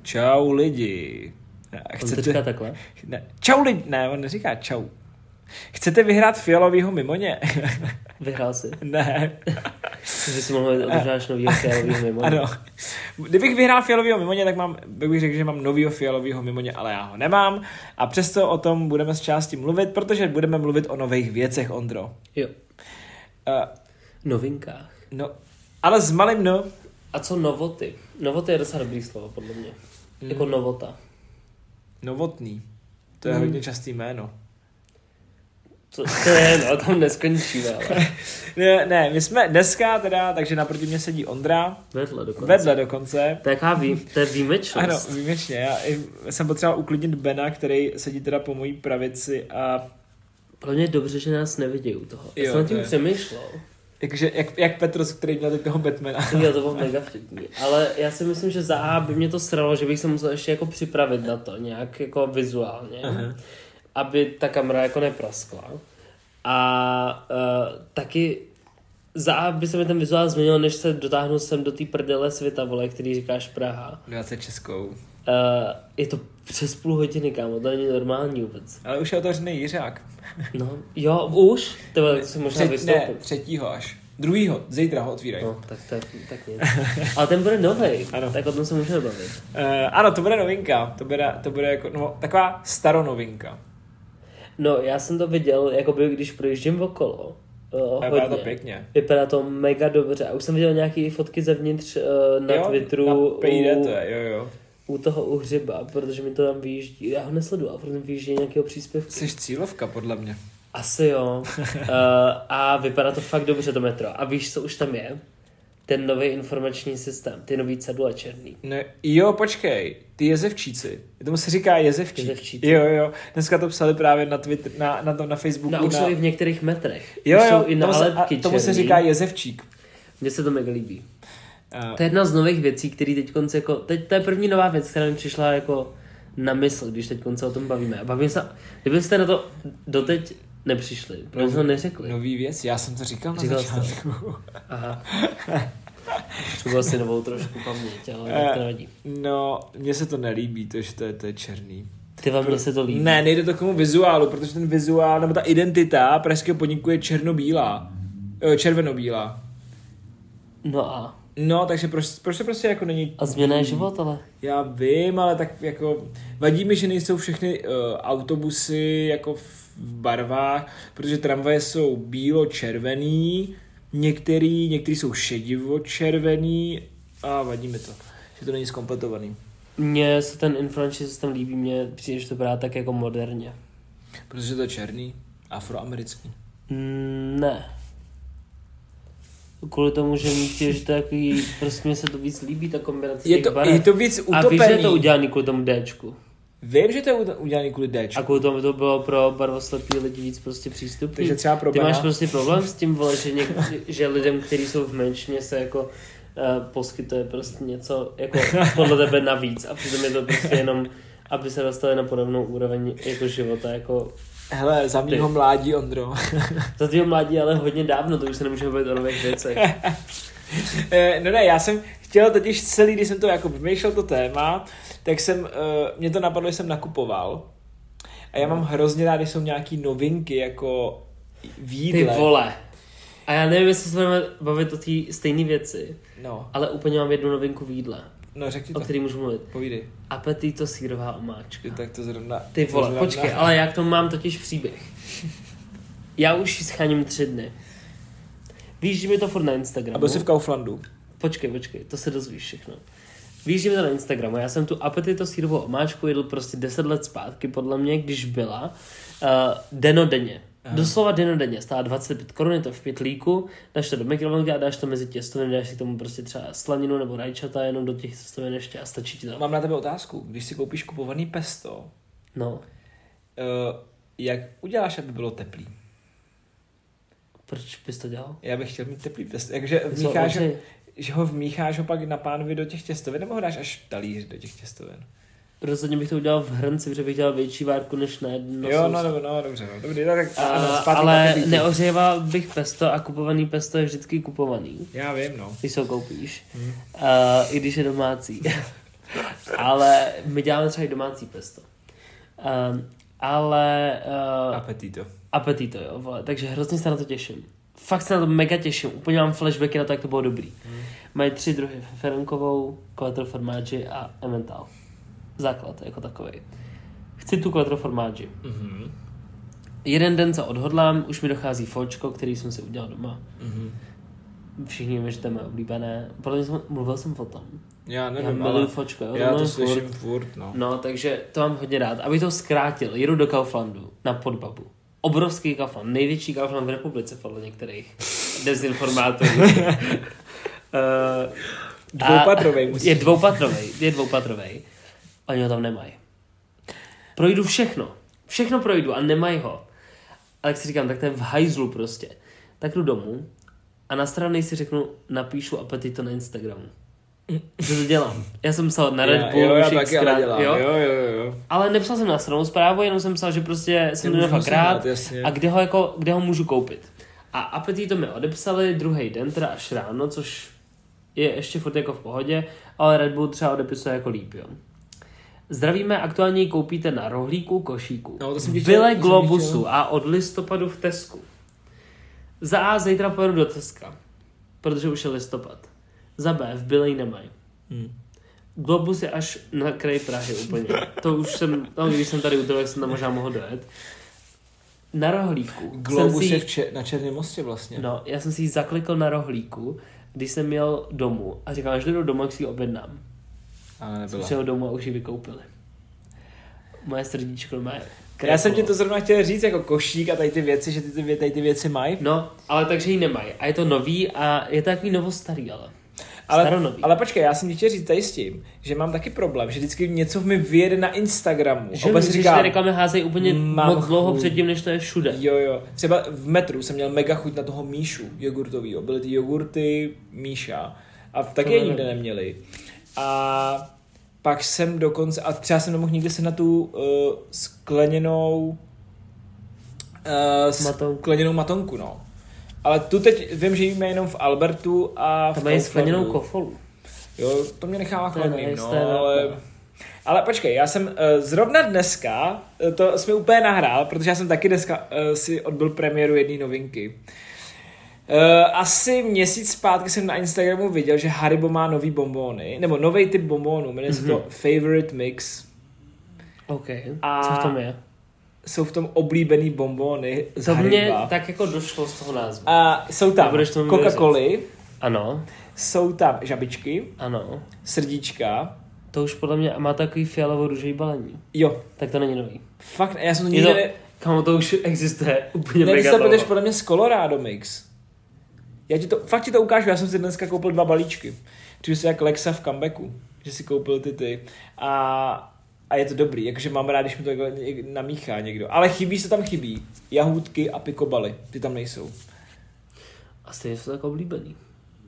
Čau lidi. Chcete... takhle? Ne. Čau lidi. Ne, on neříká čau. Chcete vyhrát fialovýho mimoně? Vyhrál jsi? Ne. Že si mohl održáš novýho fialovýho mimoně. Ano. Kdybych vyhrál fialovýho mimoně, tak bych řekl, že mám novýho fialovýho mimoně, ale já ho nemám. A přesto o tom budeme z části mluvit, protože budeme mluvit o nových věcech, Ondro. Jo. Novinkách. No, ale s malým no. A co novoty? Novoty je docela dobrý slovo, podle mě. Jako novota. Novotný. To je hodně častý jméno. To je, no, tam neskončíme, ale. Ne, my jsme dneska teda, takže naproti mě sedí Ondra. Vedle dokonce. To je výjimečnost. Ano, výjimečně. Já jsem potřeboval uklidnit Bena, který sedí teda po mojí pravici a... Pro mě je dobře, že nás nevidí u toho. Já jsem na tím přemýšlel. Jak Petros, který měl toho Batmana. Jo, to bylo mega vtipný. Ale já si myslím, že za A by mě to sralo, že bych se musel ještě jako připravit na to, nějak jako vizuálně. Aha. Aby ta kamera jako nepraskla. A taky za A by se mi ten vizuál změnil, než se dotáhnu sem do té prdele světa, vole, který říkáš Praha. 20 českou. Je to přes půl hodiny, kámo, to není normální vůbec. Ale už je otevřený Jiřák. No, jo, už? To si možná vystoupit. Ne, 3. až. 2. zítra ho otvírají. No, tak nic. Ale ten bude novej, tak o tom se můžeme bavit. Ano, to bude novinka. To bude jako, taková staronovinka. No, já jsem to viděl, jakoby když projíždím okolo. Vypadá to pěkně. Vypadá to mega dobře. A už jsem viděl nějaké fotky zevnitř na Twitteru. Na PID to je, jo. U toho uhřiba, protože mi to tam vyjíždí. Já ho nesleduju, a protože vyjíždí nějakého příspěvku. Jsi cílovka, podle mě. Asi jo. A vypadá to fakt dobře, to metro. A víš, co už tam je? Ten nový informační systém, ty nový cedule černý. No, jo, počkej, ty jezevčíci. Tomu se říká jezevčík. Jo. Dneska to psali právě na Twitter, na Facebooku. No, už jsou i v některých metrech. Jo, jsou i nálepky tomu se říká jezevčík. Mně se to mega líbí. To je jedna z nových věcí, který teď konce jako... to je první nová věc, která mi přišla jako na mysl, když teď konce o tom bavíme. A bavím se... Kdybyste na to doteď nepřišli, protože jsme to neřekli. Nový věc? Já jsem to říkal na začátku. Aha. Třeba si novou trošku paměť, ale to nevadí. No, mně se to nelíbí, že to je černý. Ty vám mně se to líbí. Ne, nejde to k tomu vizuálu, protože ten vizuál, nebo ta identita pražského podniku je červenobílá. No, takže proč to prostě jako není... A změna je život, ale... Já vím, ale tak jako... Vadí mi, že nejsou všechny autobusy jako v barvách, protože tramvaje jsou bílo-červený, některý jsou šedivo-červený a vadí mi to, že to není zkompletovaný. Mně se ten informační systém líbí, mně přijde, že to brát tak jako moderně. Protože to je černý, afroamerický. Ne. Kvůli tomu, že mi přijde, že to jaký, prostě mi se to víc líbí, ta kombinace těch barev. Je to víc utopený. A víš, že je to udělaný kvůli tomu Dčku. Vím, že to je udělaný kvůli Dčku. A kvůli tomu to bylo pro barvoslepý lidi víc prostě přístupný. Takže třeba pro Ty máš prostě problém s tím, vole, že lidem, kteří jsou v menšině, se jako poskytuje prostě něco jako podle tebe navíc. A přitom je to prostě jenom, aby se dostali na podobnou úroveň jako života, jako... Hele, za mýho mládí, Ondro. Za tvýho mládí, ale hodně dávno, to už se nemůžeme bavit o nových věcech. No ne, já jsem chtěl totiž celý, když jsem to jako vymýšlel to téma, tak mě to napadlo, že jsem nakupoval. A já mám hrozně rád, když jsou nějaký novinky, jako v jídle. Ty vole. A já nevím, jestli se budeme bavit o té stejné věci, ale úplně mám jednu novinku v jídle. No, řekni to. O který můžu mluvit. Povídej. Apetito sírová omáčka. Tak to zrovna... Ty vole, počkej, ale já k tomu mám totiž příběh. Já už ji scháním 3 dny. Víš, že mi to furt na Instagramu. A byl jsi v Kauflandu. Počkej, to se dozvíš všechno. Víš, že mi to na Instagramu. Já jsem tu apetito sírovou omáčku jedl prostě 10 let zpátky, podle mě, když byla denodenně. Doslova denodenně. Stála 25 korun, je to v pytlíku, dáš to do mikrovlnky a dáš to mezi těstoviny, dáš si k tomu prostě třeba slaninu nebo rajčata jenom do těch těstovin ještě a stačí ti to. Mám na tebe otázku. Když si koupíš kupovaný pesto, jak uděláš, aby bylo teplý? Proč bys to dělal? Já bych chtěl mít teplý pesto. Takže že ho vmícháš pak na pánvi do těch těstovin, nebo ho dáš až talíř do těch těstovin? Rozhodně bych to udělal v hrnci, protože bych dělal větší várku než na jedno. Jo, dobře. Dobrý, tak ale neohříval bych pesto a kupovaný pesto je vždycky kupovaný. Já vím, no. Když ho koupíš. I když je domácí. Ale my děláme třeba i domácí pesto. Apetito, jo, vole. Takže hrozně se na to těším. Fakt se na to mega těším. Úplně mám flashbacky na to, jak to bylo dobrý. Mají 3 druhy. Ferenkovou, quattro formaggi a emmental. Základ jako takovej. Chci tu quattro formaggi. Jeden den, co odhodlám, už mi dochází fočko, který jsem si udělal doma. Všichni víme, že to je moje oblíbené. Protože mluvil jsem o tom. Já nevím, já miluju fočko, jo? Já to slyším furt, no. No, takže to mám hodně rád. Abych to zkrátil, jedu do Kauflandu na Podbabu. Obrovský Kaufland, největší Kaufland v republice podle některých dezinformátorů. Dvoupatrovej musí. Je dvoupatrovej. Oni ho tam nemají. Projdu všechno projdu a nemají ho. Ale jak si říkám, tak to je v hajzlu prostě. Tak jdu domů a na straně si řeknu, napíšu apetito na Instagramu. Že to dělám. Já jsem psal na Red Bull já taky ale dělám. Jo. Ale nepsal jsem na stranu zprávu, jenom jsem psal, že prostě jsem to fakt rád a kde ho můžu koupit. A apetito mi odepsali druhý den, teda až ráno, což je ještě furt jako v pohodě, ale Red Bull třeba odepisuje jako líp, jo. Zdravíme, aktuálně ji koupíte na Rohlíku, Košíku, Bile Globusu a od listopadu v Tesku. Za A zítra pojedu do Teska, protože už je listopad. Za B v Bile ji nemají. Globus je až na kraji Prahy úplně. To už jsem, když jsem tady u toho, jak jsem tam možná mohl dojet. Na Rohlíku. Globus je na Černém Mostě vlastně. No, já jsem si ji zaklikl na Rohlíku, když jsem jel domů a říkal, že jdu domů, jak si ji objednám. Ale nebyla. Jsem přijel domů a už ji vykoupili. Moje srdíčko má krepolo. Já jsem ti to zrovna chtěl říct jako Košík a tady ty věci, že ty věci mají. No, ale takže ji nemají. A je to nový a je to takový novostarý, ale ale počkej, já jsem ti chtěl říct tady s tím, že mám taky problém, že vždycky něco mi vyjede na Instagramu. Že ty reklamy házejí úplně moc dlouho předtím, než to je všude. Jo. Třeba v metru jsem měl mega chuť na toho Míšu jogurtovýho. Byly ty jogurty Míša a taky je nikde neměli. A pak jsem dokonce, a třeba jsem nemohl nikdy se na tu skleněnou matonku, no. Ale tu teď vím, že jíme jenom v Albertu a tam mají skleněnou kofolu. Jo, to mě nechává chladným, no, ale počkej, já jsem zrovna dneska, to jsme úplně nahrál, protože já jsem taky dneska si odbyl premiéru jedné novinky. Asi měsíc zpátky jsem na Instagramu viděl, že Haribo má nový bonbóny, nebo nový typ bonbónů, jmenuje se to Favorite Mix. OK, co v tom je? Jsou v tom oblíbený bonbóny z to Hariba. Mě tak jako došlo z toho názvu. A jsou tam Coca-Coly. Ano. Jsou tam žabičky. Ano. Srdíčka. To už podle mě má takový fialovo-růžový balení. Jo. Tak to není nový. Fakt, já jsem to nikdy... Kamo, to už existuje úplně mega dlouho. Ne, ty se podle mě z Colorado Mix. Fakt ti to ukážu, já jsem si dneska koupil 2 balíčky. Protože se jak Lexa v comebacku, že si koupil ty. A je to dobrý, jakože mám rád, když mi to namíchá někdo. Ale chybí. Jahůdky a pikobaly, ty tam nejsou. A stejně jsou tak oblíbený.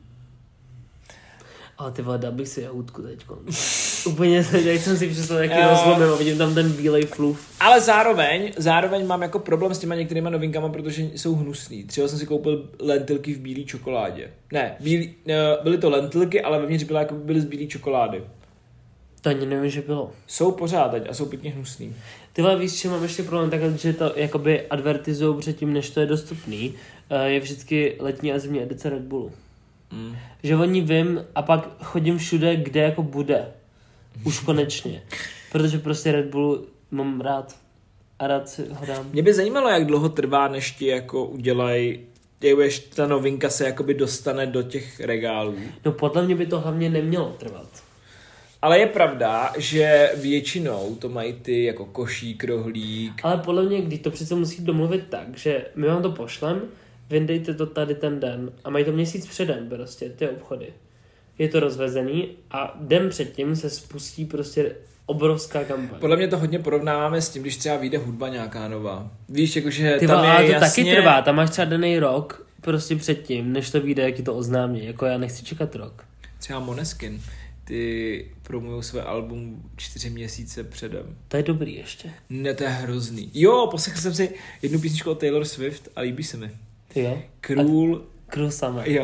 Ale ty vole, dal bych si jahůdku teďko. Úplně teď jsem si představil, jaký rozlomem a vidím tam ten bílej fluf. Ale zároveň mám jako problém s těma některýma novinkama, protože jsou hnusný. Třeba jsem si koupil lentilky v bílé čokoládě. Byly to lentilky, ale vevnitř byly z bílé čokolády. To ani nevím, že bylo. Jsou pořád teď a jsou pěkně hnusný. Ty vole, víš, že mám ještě problém takhle, že to jakoby advertizujou předtím, než to je dostupný. Je vždycky letní a zimní edice Red Bullu. Že oni vím a pak chodím všude, kde jako bude. Už konečně. Protože prostě Red Bull mám rád. A rád si ho dám. Mě by zajímalo, jak dlouho trvá, než ti jako udělají, když ta novinka se jakoby dostane do těch regálů. No podle mě by to hlavně nemělo trvat. Ale je pravda, že většinou to mají ty jako Košík, Rohlík. Ale podle mě, když to přece musí domluvit tak, že my vám to pošlem, vyndejte to tady ten den a mají to měsíc předem prostě, ty obchody. Je to rozvezený a den předtím se spustí prostě obrovská kampaň. Podle mě to hodně porovnáváme s tím, když třeba vyjde hudba nějaká nová. Víš, jakože ty tam je ale to jasně... taky trvá, tam máš třeba daný rok prostě předtím, než to vyjde, jak ti to oznámí. Jako já nechci čekat rok. Třeba Måneskin. Ty promujou své album 4 měsíce předem. To je dobrý ještě. Ne, to je hrozný. Jo, poslechl jsem si jednu písničku od Taylor Swift a líbí se mi. Ty jo? Cruel Krusama. Jo.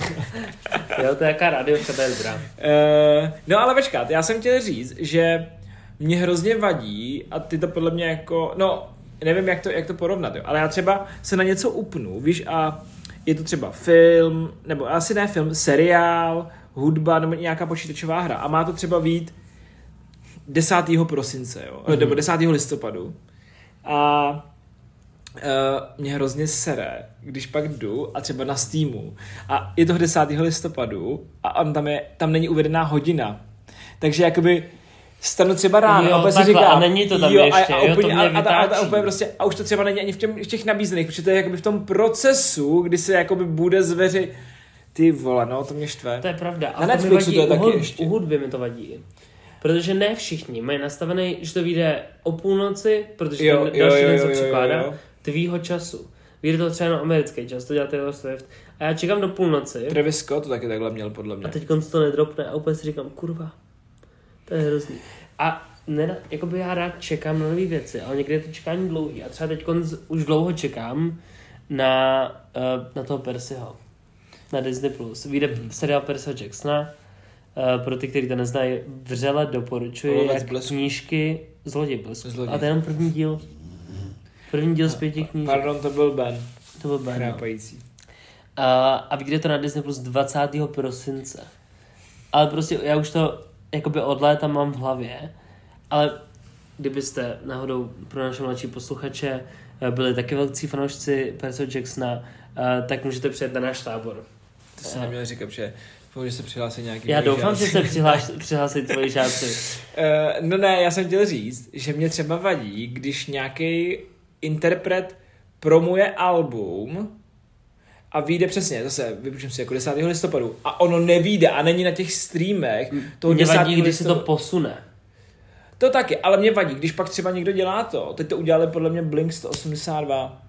Jo, to je jaká rádiovka, to je dobrá. No ale počkat, já jsem chtěl říct, že mě hrozně vadí a ty to podle mě jako, no nevím jak to porovnat, jo, ale já třeba se na něco upnu, víš, a je to třeba film, nebo asi ne film, seriál, hudba nebo nějaká počítačová hra a má to třeba být 10. prosince, jo, nebo 10. listopadu a mě hrozně sere, když pak jdu a třeba na Steamu a je to 10. listopadu a on tam není uvedená hodina. Takže jakoby stanu třeba ráno a si říkám, a není to tam ještě, a už to třeba není ani v těch nabízených, protože to je jakoby v tom procesu, kdy se jakoby bude zveřit. Ty vole, no to mě štve. To je pravda. Na Netflixu to je taky ještě. U hudby mi to vadí. Protože ne všichni mají nastavený, že to vyjde o půlnoci, protože další den se překládá tvýho času. Vyjde to třeba na americký čas, to dělá Taylor Swift. A já čekám do půlnoci. Travis Scott to taky takhle měl, podle mě. A teď to nedropne a úplně si říkám, kurva, to je hrozný. A jakoby já rád čekám na nové věci, ale někdy je to čekání dlouhý. A třeba teď už dlouho čekám na toho Percyho. Na Disney+. Vyjde seriál Percyho Jacksona. Pro ty, kteří to neznají, vřele doporučuji knížky Zloděj blesku. A to je jenom první díl. První díl z 5 knížek. Pardon, to byl Ben. To byl Ben. Chrápající. A vyjde to na Disney Plus 20. prosince. Ale prostě já už to jakoby od léta mám v hlavě. Ale kdybyste náhodou pro naše mladší posluchače byli taky velcí fanoušci Percyho Jacksona, tak můžete přijet na náš tábor. To se neměl říkat, že se přihlásí nějaký. Já doufám, že se přihlásí tvoji žáci. No ne, já jsem chtěl říct, že mě třeba vadí, když nějaký interpret promuje album a vyjde přesně, zase vypůjčím si jako 10. listopadu a ono nevyjde a není na těch streamech toho 10. Mě vadí, když se to posune. To taky, ale mě vadí, když pak třeba někdo dělá to, teď to udělali podle mě Blink 182,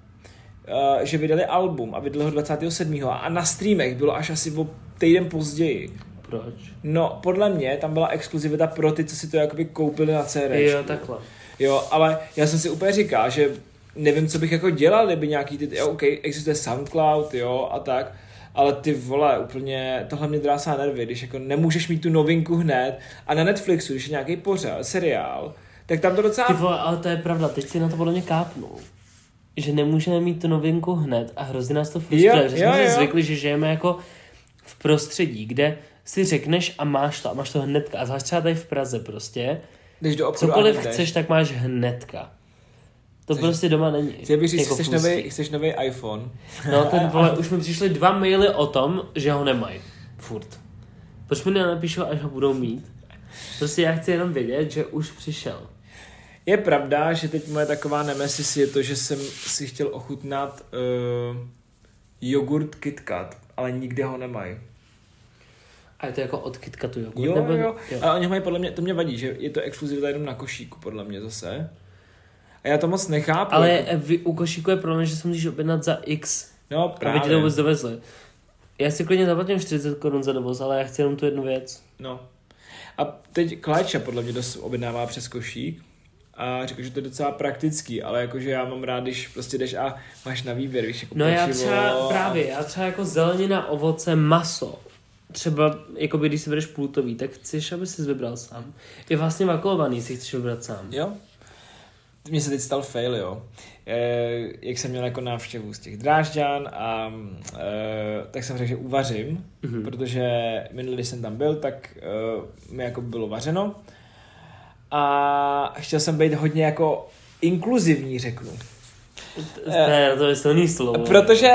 že vydali album a vydali ho 27. a na streamech bylo až asi o týden později. Proč? No, podle mě tam byla exkluzivita pro ty, co si to jakoby koupili na CD. Jo, takhle. Jo, ale já jsem si úplně říkal, že nevím, co bych jako dělal, kdyby nějaký ty, jo, existuje SoundCloud, jo, a tak, ale ty vole, úplně, tohle mě drásá nervy, když jako nemůžeš mít tu novinku hned a na Netflixu, když je nějaký pořad, seriál, tak tam to docela... Ty vole, ale to je pravda, teď si na to podle mě kápnul. Že nemůžeme mít tu novinku hned a hrozně nás to frustruje, že jsme si zvykli, že žijeme jako v prostředí, kde si řekneš a máš to hnedka a zvlášť třeba tady v Praze prostě, cokoliv chceš, tak máš hnedka. To prostě doma není. Chtěl bych říct, jako chceš nový iPhone. No ten vole, už mi přišly 2 maily o tom, že ho nemají. Furt. Proč mi nenapíšou, až ho budou mít? Prostě já chci jenom vědět, že už přišel. Je pravda, že teď moje taková nemesis je to, že jsem si chtěl ochutnat jogurt KitKat, ale nikde ho nemají. A je to jako od KitKatu jogurt? Jo, nebo... jo. Ale oni mají podle mě, to mě vadí, že je to exkluzivita jenom na košíku, podle mě zase. A já to moc nechápu. Ale jako... u košíku je problém, že se musíš objednat za X. No právě. Aby ti to vůbec dovezli. Já si klidně zaplatím 40 Kč za dovoz, ale já chci jenom tu jednu věc. No. A teď Kléča podle mě dost objednává přes košík. A řekl, že to je docela praktický, ale jakože já mám rád, když prostě jdeš a máš na výběr, víš, jako no já třeba jako zelenina, ovoce, maso. Třeba, jakoby, když si bereš plutový, tak chceš, aby jsi vybral sám. Je vlastně vakuovaný, si chceš vybrat sám. Jo. Mně se teď stal fail, jo. Jak jsem měl jako návštěvu z těch Drážďan a tak jsem řekl, že uvařím, protože minulý, když jsem tam byl, tak mi jako bylo vařeno. A chtěl jsem být hodně jako inkluzivní, řeknu. To je silný slovo. Protože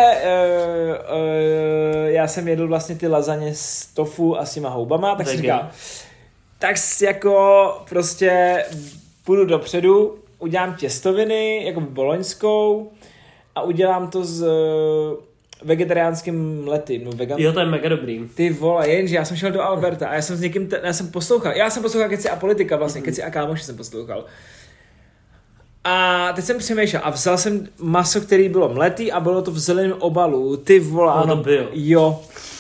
já jsem jedl vlastně ty lazaně s tofu a s těma houbama, tak jsem říkal, tak jako prostě půjdu dopředu, udělám těstoviny, jako boloňskou a udělám to s vegetariánským letým. No, Jo, to je mega dobrý. Ty vole, jenže já jsem šel do Alberta a já jsem s někým, já jsem poslouchal Keci a politika vlastně, Keci a kámoši jsem poslouchal. A teď jsem přemýšlel a vzal jsem maso, který bylo mletý a bylo to v zeleném obalu. Ty vole, ano. To bylo. Jo.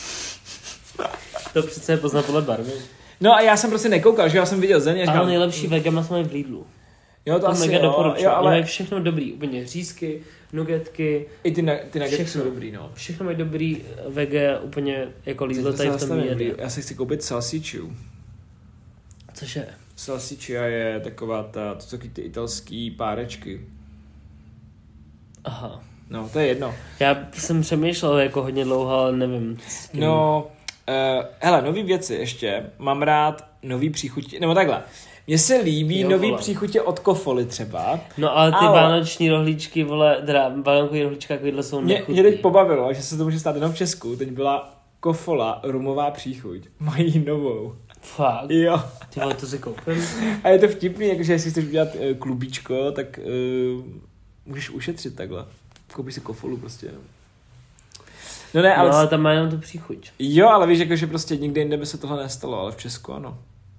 To přece je poznat podle barvy. No a já jsem prostě nekoukal, že já jsem viděl země. Ale nejlepší vegama jsme v Lidlu. Jo, to asi mega doporučuji. ale mají všechno dobrý, úplně řízky, nuggetky. I ty nuggety jsou dobrý, no. Všechno mají dobrý vege, úplně jako Lidl tady v tom míře. Já si chci koupit salsiču. Cože? Salsičia je taková to jsou ty italský párečky. Aha. No, to je jedno. Já jsem přemýšlel jako hodně dlouho, ale nevím. No, hele, nový věci ještě. Mám rád nový příchutě, nebo takhle. Mně se líbí nový příchutě od Kofoly třeba. No ale ty vánoční rohlíčky, vánoční rohlíčka, takovýhle jsou nechutný. Mě teď pobavilo, že se to může stát jenom v Česku. Teď byla Kofola rumová příchuť. Mají novou. Fakt? Jo. Ty vole, to si koupím. A je to vtipný, jakože jestli chceš udělat klubíčko, tak můžeš ušetřit takhle. Koupíš si Kofolu prostě. No ne, ale... No, ale tam má jenom tu příchuť. Jo, ale víš, jakože prostě nikde jinde by se tohle nestalo, ale v Česku ano.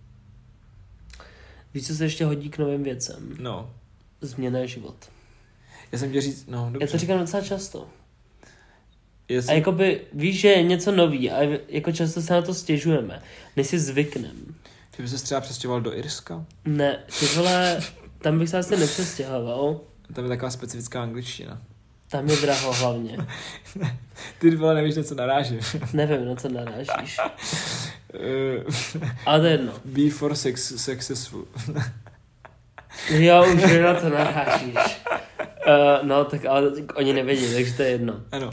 Víš, co se ještě hodí k novým věcem? No. Změna život. Já jsem chtěl říct, no dobře. Já to říkám docela často. A jakoby víš, že je něco nový a jako často se na to stěžujeme, než si zvyknem. Ty bys se třeba přestěhoval do Irska? Ne, ty vole, tam bych se asi nepřestěhoval. Tam je taková specifická angličtina. Tam je draho hlavně. Ty vole, nevíš, na co narážím. Nevím, na co narážíš. Ale to je jedno. Be for successful. Jo, už vím, na co narážíš. No, tak ale oni nevědí, takže to je jedno. Ano.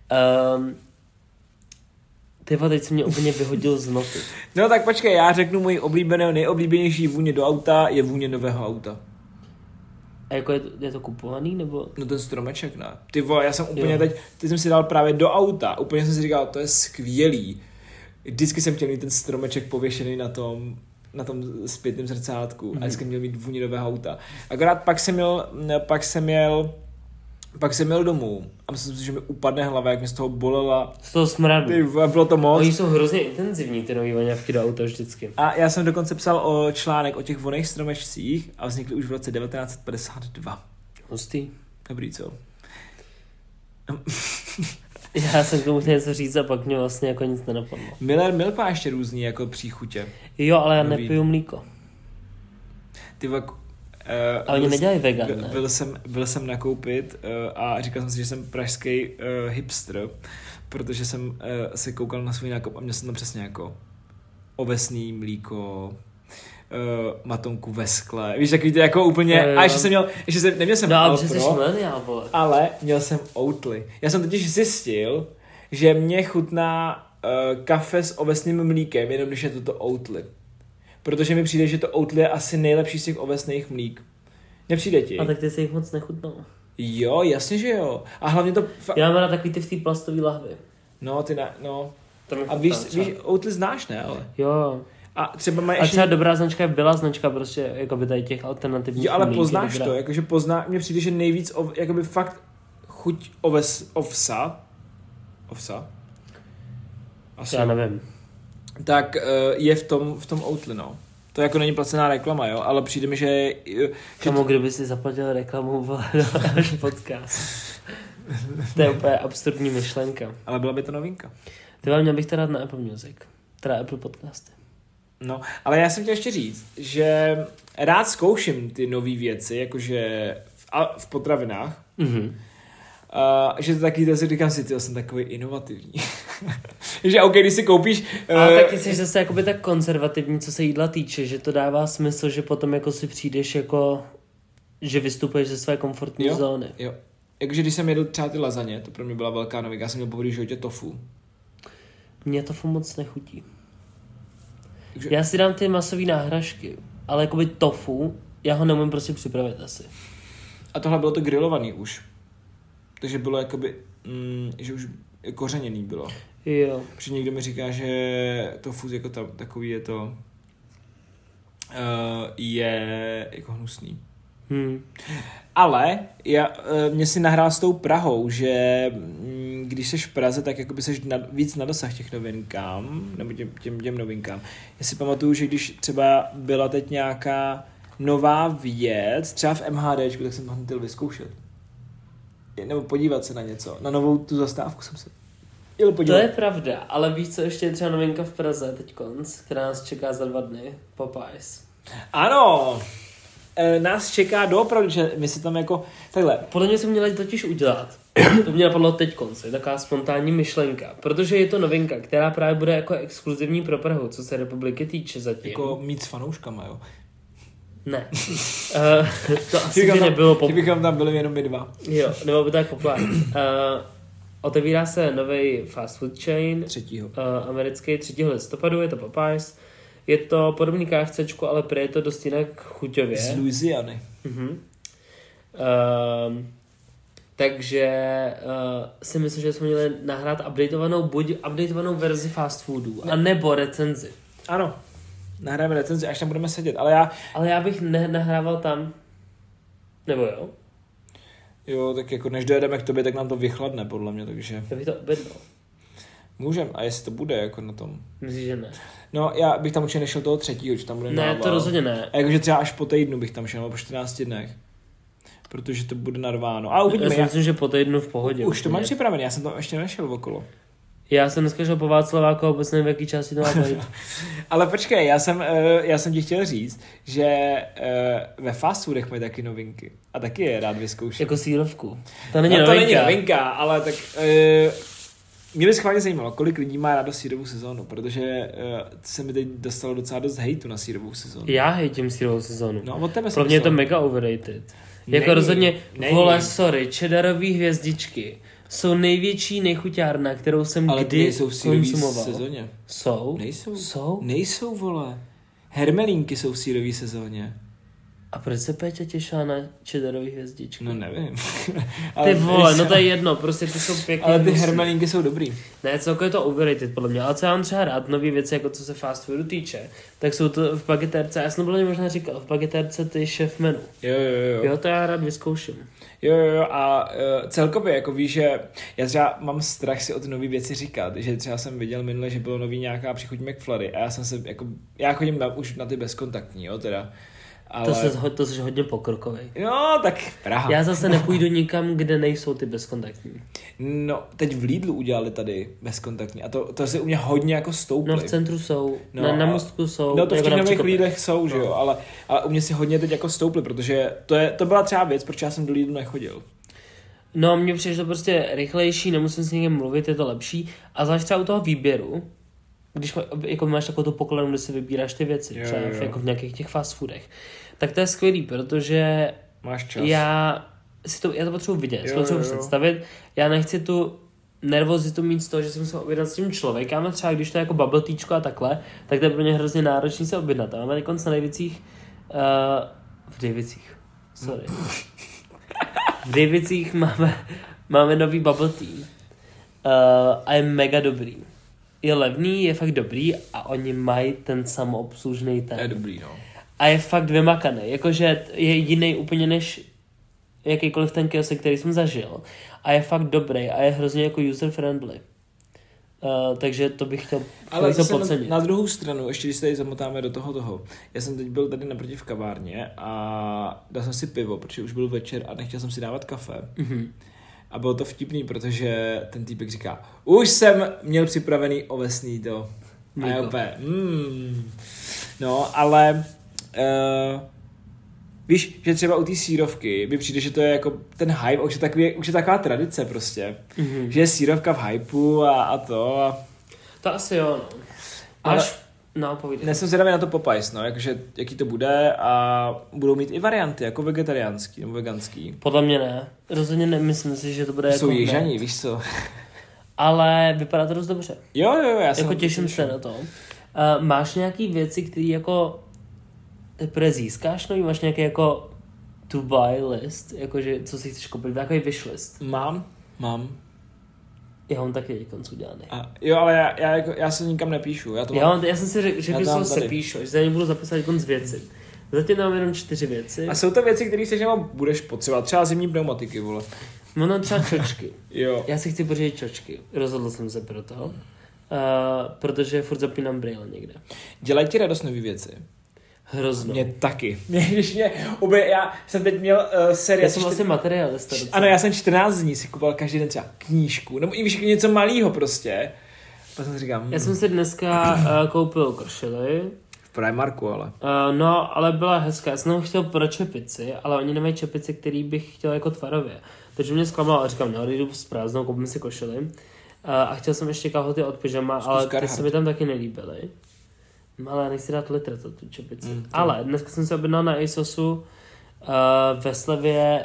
Ty vole, teď jsi mě úplně vyhodil z noty. No tak počkej, já řeknu můj nejoblíbenější vůně do auta je vůně nového auta. A jako je to kupovaný, nebo? No ten stromeček, ne. Ty vole, já jsem úplně teď jsem si dal právě do auta, úplně jsem si říkal, to je skvělý. Vždycky jsem chtěl mít ten stromeček pověšený na tom zpětném zrcátku a vždycky měl mít vůni nového auta. Akorát pak jsem jel domů a myslím si, že mi upadne hlava, jak mě z toho bolela. Z toho smradu. Bylo to moc. Oni jsou hrozně intenzivní, ty nový voňavky do auta vždycky. A já jsem dokonce psal článek o těch voných stromečcích a vznikly už v roce 1952. Hustý. Dobrý, co? Já jsem k tomu chtěl něco říct a pak mě vlastně jako nic nenapadlo. Miller Milk má ještě různý jako příchutě. Jo, ale já nepiju mlíko. Ty ale oni nedělají vegan, ne? Byl jsem nakoupit a říkal jsem si, že jsem pražský hipster, protože jsem se koukal na svůj nákup a měl jsem tam přesně jako ovesný mlíko, matonku ve skle. Víš, takový to jako úplně... Jo. A neměl jsem Alpro, ale měl jsem Oatly. Já jsem totiž zjistil, že mě chutná kafe s ovesným mlíkem, jenom když je to Oatly. Protože mi přijde, že to Oatly je asi nejlepší z těch ovesných mlík. Nepřijde ti? A tak ty se jich moc nechutnal. Jo, jasně, že jo. A hlavně to... Já mám rád takový ty v té plastové lahvi. No, a víš, Oatly znáš, ne, ale? Jo. A třeba mají ještě... třeba dobrá značka byla značka prostě, jako by tady těch alternativních. Jo, ale poznáš to, jakože mně přijde, že nejvíc, jakoby fakt chuť ovsa. Asi. Já nevím. Tak je v tom Oatly, no. To jako není placená reklama, jo, ale přijde mi, že... Kamu, kdyby si zaplatil reklamu, byl náš podcast. To je úplně absurdní myšlenka. Ale byla by to novinka. Ty vám měl bych teda na Apple Music. Teda Apple podcasty. No, ale já jsem chtěl ještě říct, že rád zkouším ty nové věci, jakože v potravinách. Mhm. Že to taky, to si říkám si, jsem takový inovativní. Že OK, když si koupíš... Ale tak ty jsi zase jakoby tak konzervativní, co se jídla týče, že to dává smysl, že potom jako si přijdeš jako, že vystupuješ ze své komfortní zóny. Jo. Jakože když jsem jedl třeba ty lazaně, to pro mě byla velká novinka, já jsem měl poprvé v životě tofu. Mně tofu moc nechutí. Takže... Já si dám ty masové náhražky, ale jakoby tofu, já ho neumím prostě připravit asi. A tohle bylo to grilovaný už. Takže bylo jakoby, že už kořeněný bylo. Jo. Protože někdo mi říká, že tofu jako takový je to je jako hnusný. Ale mě si nahrál s tou Prahou, že když seš v Praze, tak jakoby seš víc na dosah těch novinkám, nebo těm novinkám. Já si pamatuju, že když třeba byla teď nějaká nová věc, třeba v MHDčku, tak jsem to chtěl vyzkoušet. Nebo podívat se na něco. Na novou tu zastávku jsem se jel podívat. To je pravda, ale víš, co ještě je třeba novinka v Praze teď, která nás čeká za 2 dny? Popeyes. Ano! nás čeká doopravdy, že my si tam jako takhle. Podle mě jsme měli totiž udělat. To mě napadlo teď konce, taková spontánní myšlenka. Protože je to novinka, která právě bude jako exkluzivní pro Prahu, co se republiky týče zatím. Jako mít s fanouškama, jo? Ne. To asi by nebylo populární. Kdybychom tam byli jenom my dva. Jo, nebylo by tak populární. Otevírá se nový fast food chain. 3. Americký 3. listopadu, je to Popeyes. Je to podobný KFCčku, ale prý je to dost jinak chuťově. Z Louisiany. Takže si myslím, že jsme měli nahrát updateovanou verzi fast foodů, anebo recenzi. Ano, nahráme recenzi, až tam budeme sedět, ale já bych nahrával tam, nebo jo? Jo, tak jako než dojedeme k tobě, tak nám to vychladne, podle mě, takže... Já bych to objednal. Můžem, a jestli to bude jako na tom? Myslíš, že ne? No, já bych tam určitě nešel toho 3., že tam bude nával. Ne, to rozhodně ne. A jakože třeba až po týdnu bych tam šel, nebo po 14 dnech. Protože to bude narváno. A uvidíme. Já myslím, že po týdnu v pohodě. Už to mám připravené, já jsem tam ještě nešel okolo. Já jsem dneska šel po Václaváku a vůbec nevím, v jaký části to má být. Ale počkej, já jsem ti chtěl říct, že ve fast foodech mají taky novinky. A taky je rád vyzkoušet. Jako sírovku. To není novinka. To není novinka, ale tak... Mě by schválně zajímalo, kolik lidí má rádo sírovou sezónu, protože se mi teď dostalo docela dost hejtu na sírovou sezónu. Já hejtím sírovou sezónu. No, od tebe pro mě je to mega overrated. Jako rozhodně, vole, sorry, cheddarový hvězdičky jsou největší nejchuťárna, kterou jsem ale kdy konzumoval. Ale sezóně. Jsou? Jsou? Nejsou, vole. Hermelínky jsou v sírové sezóně. A proč se Péťa těšila na cheddarový hvězdičky? No nevím. Ty vole, no to je jedno, prostě ty jsou pěkný. Ale ty hermelínky jsou dobrý. Ne, celkově je to overrated podle mě, ale co já mám třeba rád, nový věci, jako co se fast foodu týče, tak jsou to v bagetérce, já jsem podle mě možná říkal, v bagetérce ty šef menu. Jo. Jo, to já rád vyzkouším. Jo, a celkově, jako víš, že já třeba mám strach si o ty nové věci říkat, že třeba jsem viděl minule, že bylo nový nějaká příchuť McFlurry a já chodím už na ty bezkontaktní, jo, teda. Ale... To jsi hodně pokrokovej. No, tak Praha. Já zase nepůjdu nikam, kde nejsou ty bezkontaktní. No, teď v Lidlu udělali tady bezkontaktní a to se u mě hodně jako stouply. No v centru jsou, na Mostku jsou. No to v těch nových Lidlech jsou, že jo, ale u mě si hodně teď jako stouply, protože to byla třeba věc, proč já jsem do Lidlu nechodil. No, mně přišlo prostě rychlejší, nemusím s někým mluvit, je to lepší. A zvlášť třeba u toho výběru, když jako máš takovou tu pokladnu, kde si vybíráš ty věci, třeba jako v nějakých těch fast foodech, tak to je skvělý, protože máš čas. Já to potřebuji vidět, potřebuji představit, já nechci tu nervozitu mít z toho, že jsem se objednat s tím člověkem, ale třeba když to je jako bubble teachko a takhle, tak to je pro mě hrozně náročný se objednat. A máme dokonce na Davicích, v Davicích máme nový bubble tea a je mega dobrý. Je levný, je fakt dobrý a oni mají ten samoobslužný ten. Je dobrý, no. A je fakt vymakaný, jakože je jiný úplně než jakýkoliv ten kiosek, který jsem zažil. A je fakt dobrý a je hrozně jako user friendly. Takže to bych chtěl podcenit. Na druhou stranu, ještě když se tady zamotáme do toho. Já jsem teď byl tady naproti v kavárně a dal jsem si pivo, protože už byl večer a nechtěl jsem si dávat kafe. Mm-hmm. A bylo to vtipný, protože ten týpek říká, už jsem měl připravený ovesný to. A já úplně, No, ale víš, že třeba u té sírovky mi přijde, že to je jako ten hype, už je taková tradice prostě. Mm-hmm. Že je sírovka v hypeu a to. A... To asi jo, no. Já jsem zvědavý na to Popeyes, no, jakože jaký to bude a budou mít i varianty, jako vegetariánský nebo veganský. Podle mě ne. Rozhodně nemyslím si, že to bude jsou jako jižaní, víš co. Ale vypadá to dost dobře. Jo, já jsem jako těším se na to. Máš nějaký věci, které jako teprve získáš, no? Máš nějaký jako to buy list, jakože co si chceš koupit, nějaký wish list? Mám. Já mám taky teď konc udělaný. Jo, ale já se nikam nepíšu. Já jsem si řekl, že se píšu, že za ně budu zapisat konc věci. Zatím mám jenom 4 věci. A jsou to věci, které si budeš potřebovat, třeba zimní pneumatiky, vole. Mám třeba čočky. Jo. Já si chci pořídit čočky. Rozhodl jsem se pro to. Protože furt zapínám brýle někde. Dělají ti radost nový věci? Hrozno. Mě taky. Já jsem teď měl sérii. Já jsem vlastně materialista. Ano, já jsem 14 dní si kupoval každý den třeba knížku, nebo i víš, něco malýho prostě. Pak jsem si říkal. Já jsem si dneska koupil košily. Primarku, ale. No, ale byla hezká. Já jsem chtěl pro čepici, ale oni nemají čepici, který bych chtěl jako tvarově. Takže mě zklamalo a říkám, jdu s prázdnou, koupím si košili. A chtěl jsem ještě kalhoty od pyžama, ale ty se mi tam taky nelíbily. Ale já nechci dát litr za tu čepici. Ale dneska jsem se objednal na ASOSu ve slevě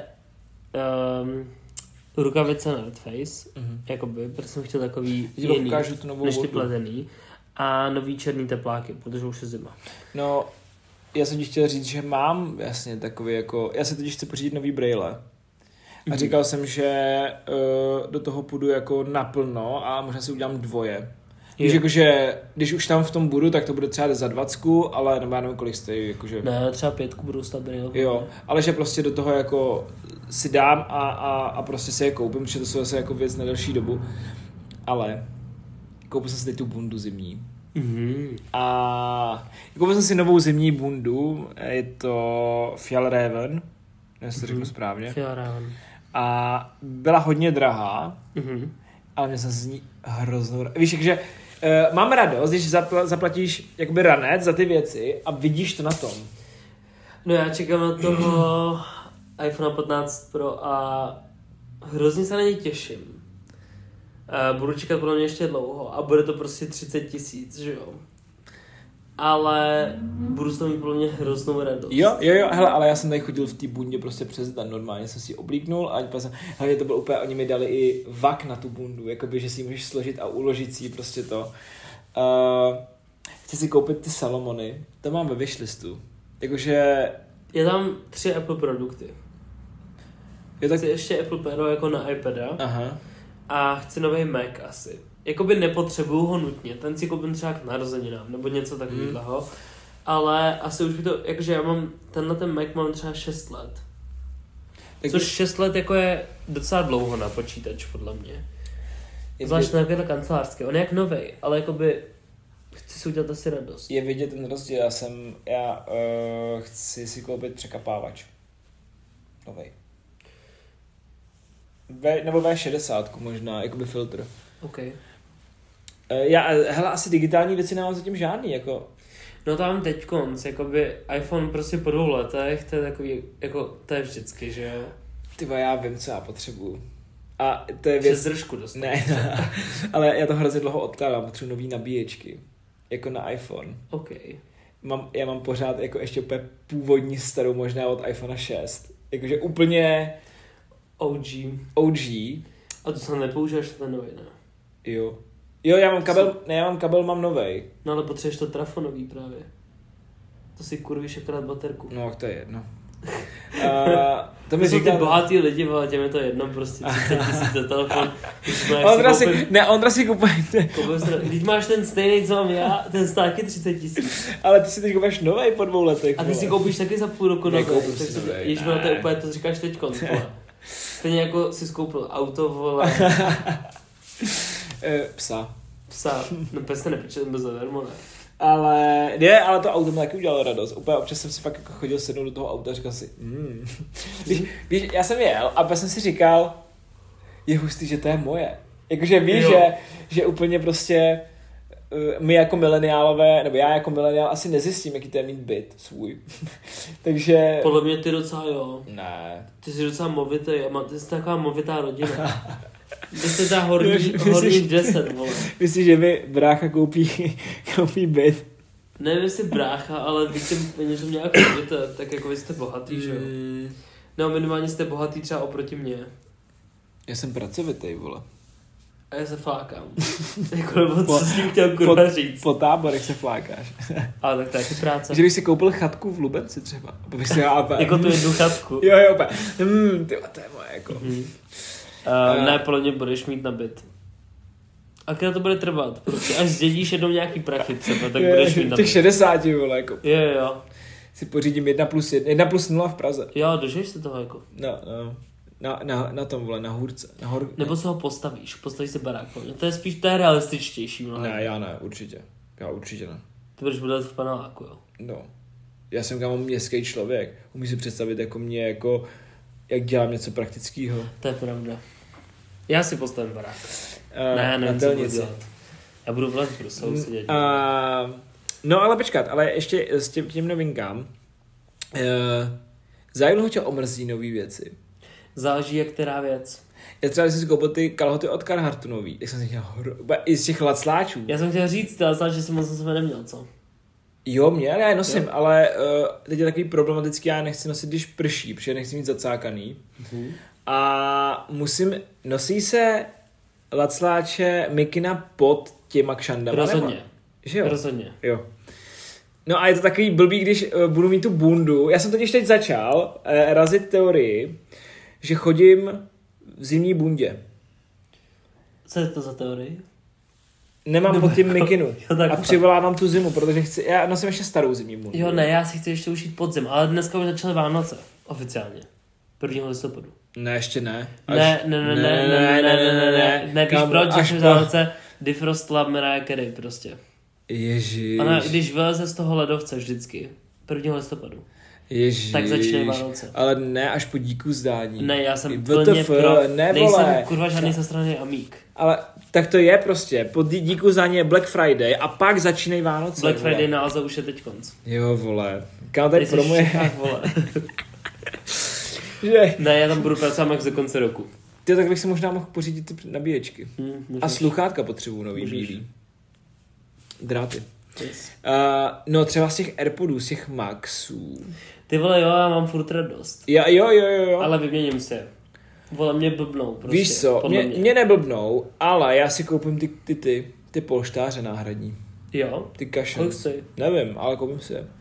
rukavice North Face. Jakoby, protože jsem chtěl takový jiný, než ty pletený. A nový černý tepláky, protože už je zima. No, já jsem ti chtěl říct, že mám jasně takový jako... Já se teď chci pořídit nový brejle. A říkal jsem, že do toho půjdu jako naplno a možná si udělám 2. Víš, jakože, když už tam v tom budu, tak to bude třeba za 20, ale nebo já nevím, kolik stojí, jakože... Ne, třeba 5 budou stát brýle. Jo, ale že prostě do toho jako si dám a prostě si je koupím, protože to jsou zase jako věc na delší dobu. Ale koupil jsem si teď tu bundu zimní. A koupil jsem si novou zimní bundu, je to Fjallraven, nevím, to řeknu správně. Fjallraven. A byla hodně drahá, ale mě jsem z ní hroznou... Víš, takže mám radost, když zaplatíš jakoby ranec za ty věci a vidíš to na tom. No já čekám na toho iPhone 15 Pro a hrozně se na něj těším. Budu čekat podle mě ještě dlouho a bude to prostě 30 000, že jo. Ale budu z toho mít podle mě hroznou radost. Jo, hele, ale já jsem tady chodil v té bundě prostě přes den, normálně jsem si oblíknul a hlavně to bylo úplně, oni mi dali i vak na tu bundu, jakoby, že si ji můžeš složit a uložit si prostě to. Chci si koupit ty Salomony, to mám ve wishlistu, jakože... Je tam 3 Apple produkty. Chci ještě Apple Pencil jako na iPada. Aha. A chci nový Mac asi. Jakoby nepotřebuju ho nutně, ten si koupím třeba k narozeninám, nebo něco takového. Ale asi už by to, jakože já mám, ten Mac mám třeba 6 let. Což 6 let jako je docela dlouho na počítač, podle mě. Zvlášť na kancelářské, on je jak novej, ale jakoby chci si udělat asi radost. Je vidět ten rozdíl, já chci si koupit překapávač. Novej. Nebo V60 možná, jakoby filtr. Okay. Hele, asi digitální věci nemám zatím žádný, jako... No tam teď konc, jakoby iPhone prostě po 2 letech, to je takový, jako, to je vždycky, že jo? Tyba, já vím, co já potřebuju. A to je věc... Přes držku dostat. Ne, ale já to hrozně dlouho odkládám, potřebuji nový nabíječky, jako na iPhone. Okay. Já mám pořád jako ještě úplně původní starou, možná od iPhone 6. Jakože úplně... OG. A to se nepoužíváš ten nový, ne? Jo, já mám kabel, mám novej. No ale potřebuješ to trafonový právě. To si kurvíš akorát baterku. No, to je jedno. To mi říká... ty bohatý lidi, ale těm je to jedno, prostě 30 000 za telefon. Ondra si kupuje. Když máš ten stejný, co mám já, ten stál taky 30 000. Ale ty si teď koupíš novej po 2 letech. A ty si koupíš taky za půl roku novej. Ježiš, to je úplně, to říkáš teďkon, stejně jako jsi skoupil auto, vole. Psa. No pes nepiče, ten byl zadarmo, ne? Ale to auto mi taky udělalo radost. Úplně občas jsem si fakt jako chodil sednout do toho auta a říkal si, víš, já jsem jel a pak jsem si říkal, je hustý, že to je moje. Jakože víš, že úplně prostě my jako mileniálové, nebo já jako mileniál asi nezjistím, jaký to je mít byt svůj. Takže... Podle mě ty docela jo. Ne. Ty jsi docela movitý a ty jsi taková movitá rodina. Ty jsi ta horní 10, vole. Myslíš, že mi brácha koupí byt? Nevím, jestli brácha, ale víš těm peněžům nějak koupíte, tak jako vy jste bohatý, že jo? No minimálně jste bohatý třeba oproti mně. Já jsem pracovitej, vole. A já se flákám. Jako nebo co jsi chtěl kurva říct. Po táborech se flákáš. Ale tak to je taky práce. Že bych si koupil chatku v Lubenci třeba. Jako tu jednu chatku. Jo, úplně. Tyba, to je moje jako. Ne, podle mě budeš mít na byt. A když to bude trvat, prostě až zdědíš jednou nějaký prachy třeba, tak budeš mít na byt. Těch 60, vole, jako. Jo. Si pořídím 1+0 v Praze. Jo, dožiješ se toho jako. No. Na tom, vole, na hůrce. Nebo se ho postavíš si barák. To je spíš realističtější. Ne, já ne, určitě. Já určitě ne. Ty budeš bydlet v paneláku, jo? No. Já jsem kámo městský člověk. Umíš si představit jako mě, jako jak dělám něco praktického. To je pravda. Já si postavím barák. Ne, co budu dělat. Já budu v Bruselu sedět. No ale počkat, ale ještě s těm novinkám. Za jak dlouho tě omrzí nový věci? Záleží, jak která věc. Já třeba, když jsem si koupil ty kalhoty od Carharttu nový, tak jsem si chtěl i z těch lacláčů. Já jsem chtěl říct, ale že jsem moc na sebe neměl, co? Jo, měl, já je nosím, ale teď je takový problematický, já nechci nosit, když prší, protože nechci mít zacákaný. A nosí se lacláče mikina pod těma kšandama. Rozhodně. Že jo? Rozhodně. Jo. No a je to takový blbý, když budu mít tu bundu. Já jsem totiž teď začal razit teorii, že chodím v zimní bundě. Co je to za teorii? Nemám pod tím mikinu. Jo, a přivolávám tu zimu, protože já nosím ještě starou zimní bundu. Jo, ne, já si chci ještě užít podzim, ale dneska už začaly Vánoce. Oficiálně. 1. listopadu. Ne, ještě ne. Ne, víš proč, že Vánoce Defrost Lab Mariah Carey prostě. Ježiš. Ona, když vyleze z toho ledovce vždycky, 1. listopadu. Ježiš. Tak začínají Vánoce. Ale ne až po díku zdání. Ne, já jsem plně pro. Nejsem kurva žádný zastraný amík. Ale tak to je prostě. Po díku zdání je Black Friday a pak začínají Vánoce. Black Friday na Alze už je teď konc. Jo, vole. Kam tady promuje? Vole. Že? Ne, já tam budu pracovat max do konce roku. Ty, tak bych si možná mohl pořídit ty nabíječky. A sluchátka potřebuju nový bílý. Dráty. Yes. No třeba z těch Airpodů, z těch Maxů. Ty vole, jo, já mám furt radost. Jo. Ale vyměním se. Vole, mě blbnou prostě. Víš co, mě neblbnou, ale já si koupím ty polštáře náhradní. Jo? Ty kašen. Kolik stojí? Nevím, ale koupím si je.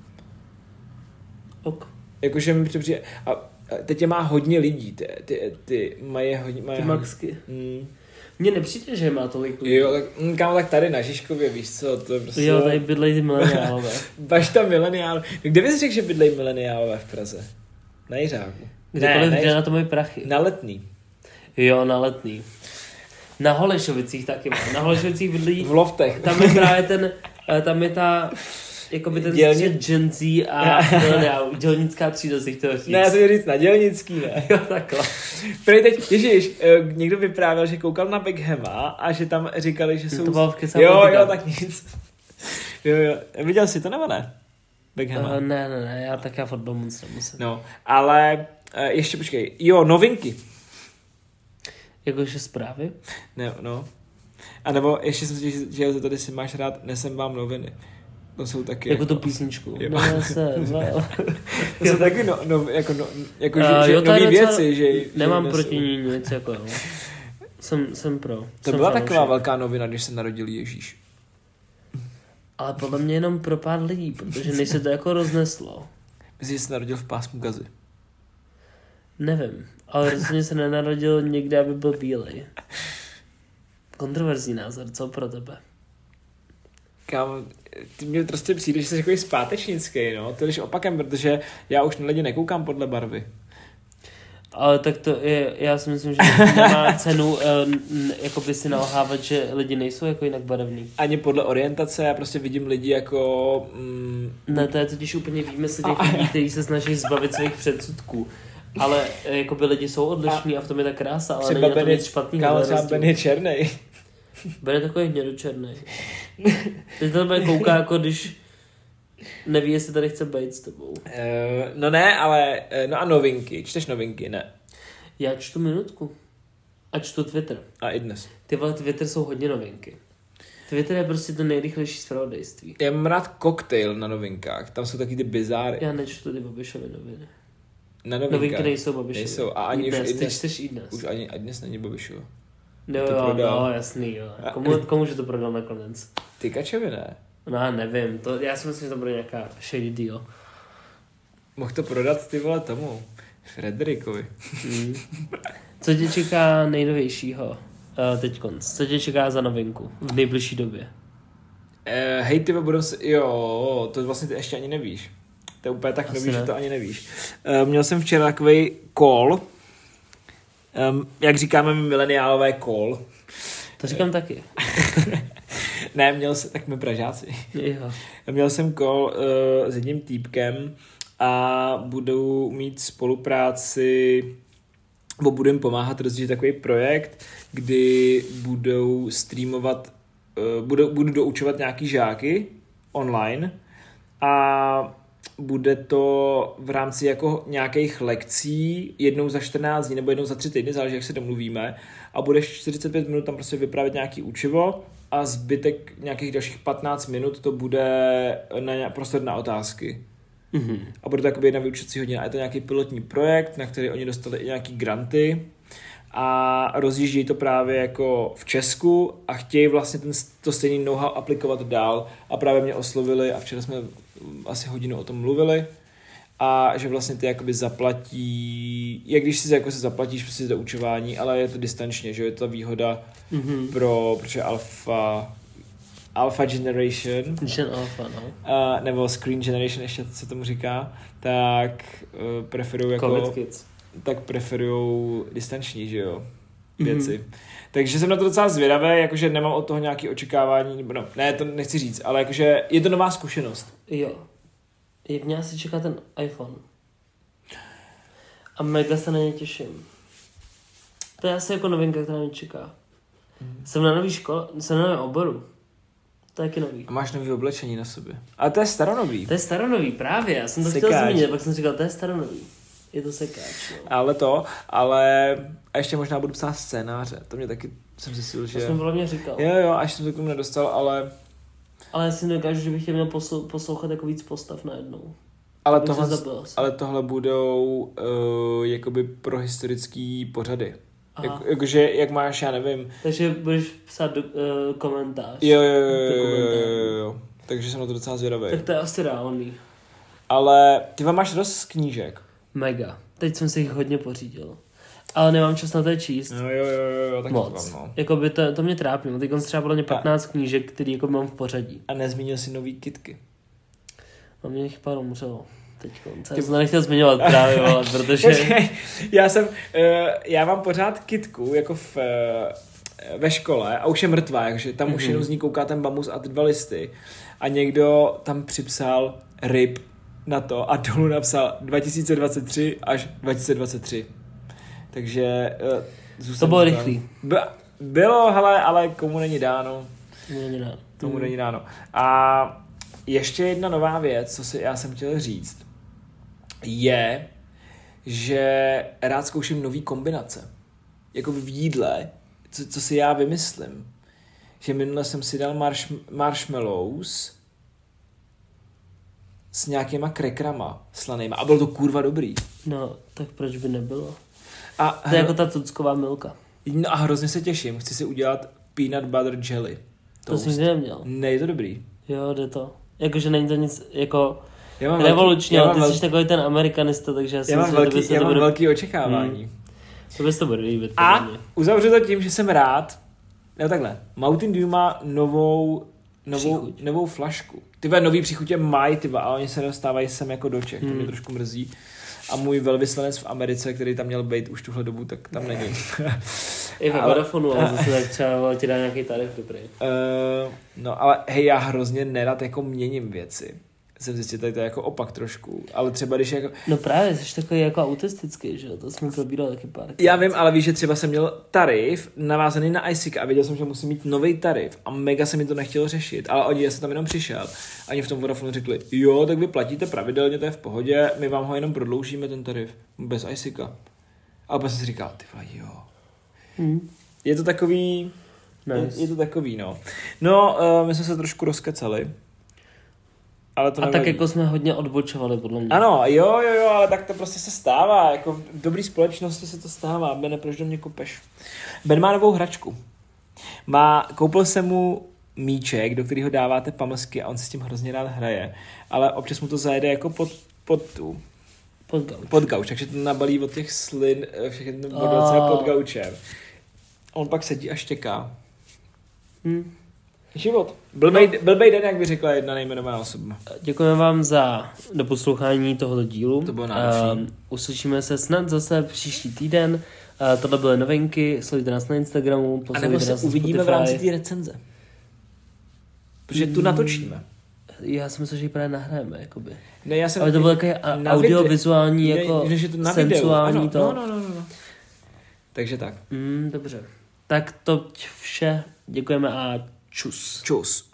Ok. Jakože mi přijde. A teď je má hodně lidí, ty mají hodně. Ty Maxky. Mně nepřijde, že má tolik lidí. Jo, tak tady na Žižkově, víš co, to je prostě... Jo, tady bydlejí ty mileniálové. Baž tam mileniálové. Kde bys řekl, že bydlejí mileniálové v Praze? Na Jiřáku. Kdekoliv, kde na to mají prachy. Na Letný. Jo, na Letný. Na Holešovicích taky má. Na Holešovicích bydlí... V loftech. Tam je právě tam je ta... Jakoby ten střed Gen Z a dělnická třída si chtěl říct. Ne, já jsem říct na dělnický, ne. Jo, takhle. Prej teď, ježiš, někdo vyprávěl, že koukal na Beckhama a že tam říkali, že jsou... To bylo v Jo, tak nic. Jo. Viděl jsi to nebo ne? Beckhama. Ne, já fotbal moc nemusím. No, ale ještě počkej. Jo, novinky. Jakože zprávy? Ne, no. A nebo ještě jsem si říkal, tady si máš rád, nesem vám noviny. To jsou taky... Jako tu písničku. To jsou taky nový věci, že... Nemám proti ní nic, jako jo. Jsem pro. To byla taková velká novina, když se narodil Ježíš. Ale podle mě jenom pro pár lidí, protože než se to jako rozneslo. Myslíš, že se narodil v pásmu Gazy? Nevím, ale rozhodně se nenarodil někde, aby byl bílej. Kontroverzní názor, co pro tebe? Kam, ty mě prostě přijde, že jsi takový zpátečnický, no. To je opakem, protože já už na lidi nekoukám podle barvy. Ale tak to je, já si myslím, že nemá cenu jakoby si nalhávat, že lidi nejsou jako jinak barevní. Ani podle orientace, já prostě vidím lidi jako... Ne, to je totiž úplně výmysl těch lidí, kteří se snaží zbavit svých předsudků. Ale jakoby lidi jsou odlišní a v tom je ta krása, ale není na tom nic špatného. Kámo, třeba Ben je černej. Ben je takový hnědočernej. Teď to mě kouká, jako když neví, jestli tady chce být s tebou. No ne, ale... No a novinky. Čteš novinky? Ne. Já čtu minutku. A čtu Twitter. A i dnes. Ty vole, Twitter jsou hodně novinky. Twitter je prostě to nejrychlejší zpravodajství. Já mám rád Cocktail na novinkách. Tam jsou taky ty bizáry. Já nečtu ty Babišovy noviny. Na novinkách. Novinky nejsou Babišovy. Nejsou. A ani i dnes, už i čteš i dnes. Už ani dnes není Babišova. No, jasný, jo. Komu že to prodal nakonec? Tykačovi ne. No, nevím. Já si myslím, že to bude nějaká shady deal. Mohl to prodat ty vole tomu. Frederikovi. Co tě čeká nejnovějšího teďkonc? Co tě čeká za novinku v nejbližší době? Hej, ty budou se... Jo, to vlastně ty ještě ani nevíš. To je úplně tak asi nový, ne. že to ani nevíš. Měl jsem včera takovej call. Jak říkáme my mileniálové call. To říkám taky. Ne, měl jsem... Tak my Pražáci. Jo. Měl jsem call s jedním týpkem a budou mít spolupráci, nebo budeme pomáhat rozvíjet takový projekt, kdy budou streamovat, budu doučovat nějaký žáky online a bude to v rámci jako nějakých lekcí jednou za 14 dní nebo jednou za 3 týdny, záleží, jak se domluvíme, a budeš 45 minut tam prostě vyprávět nějaký učivo a zbytek nějakých dalších 15 minut to bude prostor na otázky. Mm-hmm. A bude to jakoby jedna vyučecí hodina. Je to nějaký pilotní projekt, na který oni dostali i nějaký granty a rozjíždějí to právě jako v Česku a chtějí vlastně to stejný know-how aplikovat dál a právě mě oslovili a včera jsme asi hodinu o tom mluvili a že vlastně ty jakoby zaplatí, jak když si jako se zaplatíš prostě za učování, ale je to distančně, že je to výhoda protože Alpha Generation, Gen Alpha, no. nebo Screen Generation, ještě se tomu říká, tak preferují jako preferujou distanční, že jo, věci. Takže jsem na to docela zvědavý, jakože nemám od toho nějaké očekávání, nebo no, ne, to nechci říct, ale jakože je to nová zkušenost. Jo. Jak mě asi čeká ten iPhone. A mega se na ně těším. To je asi jako novinka, která mě čeká. Jsem na nový škole, jsem na novém oboru. To je taky nový. A máš nový oblečení na sobě. Ale to je staronový. To je staronový, právě. Já jsem to chtěl zmínit, pak jsem říkal, to je staronový. Je to sekáč, no. Ale a ještě možná budu psát scénáře. To mě taky jsem zjistil, že... To jsem podle mě říkal. Jo, až jsem se k tomu nedostal, ale... Ale já si nedokážu, že bych je měl poslouchat jako víc postav najednou. Ale tohle budou jakoby pro historický pořady. Jakože, jak máš, já nevím. Takže budeš psát komentář. Jo. Takže jsem na to docela zvědavý. Tak to je asi reálný. Ale ty vám máš dost knížek. Mega. Teď jsem si jich hodně pořídil. Ale nemám čas na to číst. Jo, tak moc. to mám, no. Jakoby to mě trápí. Teď třeba podle mě 15 knížek, který jako mám v pořadí. A nezmínil si nový kitky? Mám mě jich pár umřelo. Teďko. Já jsem nechtěl zmiňovat právě, protože... Počkej, já mám pořád kitku, jako ve škole a už je mrtvá, takže tam už jenom z ní kouká ten bambus a ty 2 listy. A někdo tam připsal ryb na to a dolů napsal 2023 až 2023. Takže to bylo rychlý. Bylo, hele, ale komu není dáno. Tomu není dáno. A ještě jedna nová věc, já jsem chtěl říct, je, že rád zkouším nový kombinace. Jako v jídle, co si já vymyslím. Že minule jsem si dal marshmallows s nějakýma krekrama slanýma a bylo to kurva dobrý. No, tak proč by nebylo? To je jako ta tucková milka. No a hrozně se těším, chci si udělat peanut butter jelly. To jsi nikdy neměl. Ne, je to dobrý. Jo, jde to. Jakože není to nic jako revoluční, ale ty jsi takový ten amerikanista, takže já si myslím, že já mám velký očekávání. To bys to bude líbit. A uzavřu to tím, že jsem rád. No takhle, Mountain Dew má novou flašku. Tyhle nový příchutě mají, a oni se dostávají sem jako do Čech, to mě trošku mrzí. A můj velvyslanec v Americe, který tam měl být už tuhle dobu, tak tam není. I ve Vodafonu, ale zase tak třeba ti dá nějaký tarif dobrý. No ale hej, já hrozně nerad jako měním věci. Jsem zjistil, tady to je jako opak trošku, ale třeba když jako... No právě, jsi takový jako autistický, že jo, to jsme probíral taky pár. Já vím, ale víš, že třeba jsem měl tarif navázaný na ISIC a věděl jsem, že musím mít nový tarif a mega se mi to nechtělo řešit, ale já jsem tam jenom přišel. Ani v tom Vodafonu řekli, jo, tak vy platíte pravidelně, to je v pohodě, my vám ho jenom prodloužíme ten tarif, bez ISIC. A pak jsem si říkal, ty vole, jo. Je to takový... Nice. Je to takový, no. No, my jsme se trošku rozkecali. Ale to a tak jako jsme hodně odbočovali, podle mě. Ano, jo, ale tak to prostě se stává. Jako v dobré společnosti se to stává. Bene, proč do mě kopeš? Ben má novou hračku. Koupil jsem mu míček, do kterého dáváte pamlsky a on si s tím hrozně rád hraje. Ale občas mu to zajede jako pod gauč. Takže to nabalí od těch slin, všechny pod gaučem. A on pak sedí a štěká. Život. Blbej den, jak by řekla jedna nejmenovaná osoba. Děkujeme vám za doposlouchání tohoto dílu. To bylo náročný. Uslyšíme se snad zase příští týden. Tohle byly novinky, sledujte nás na Instagramu. A nebo se uvidíme v rámci té recenze. Protože tu natočíme. Já si myslím, že ji právě nahrajeme, jakoby. Ne, ale to bylo také audiovizuální, jako sensuální to. No. Takže tak. Dobře. Tak to vše. Děkujeme a čus.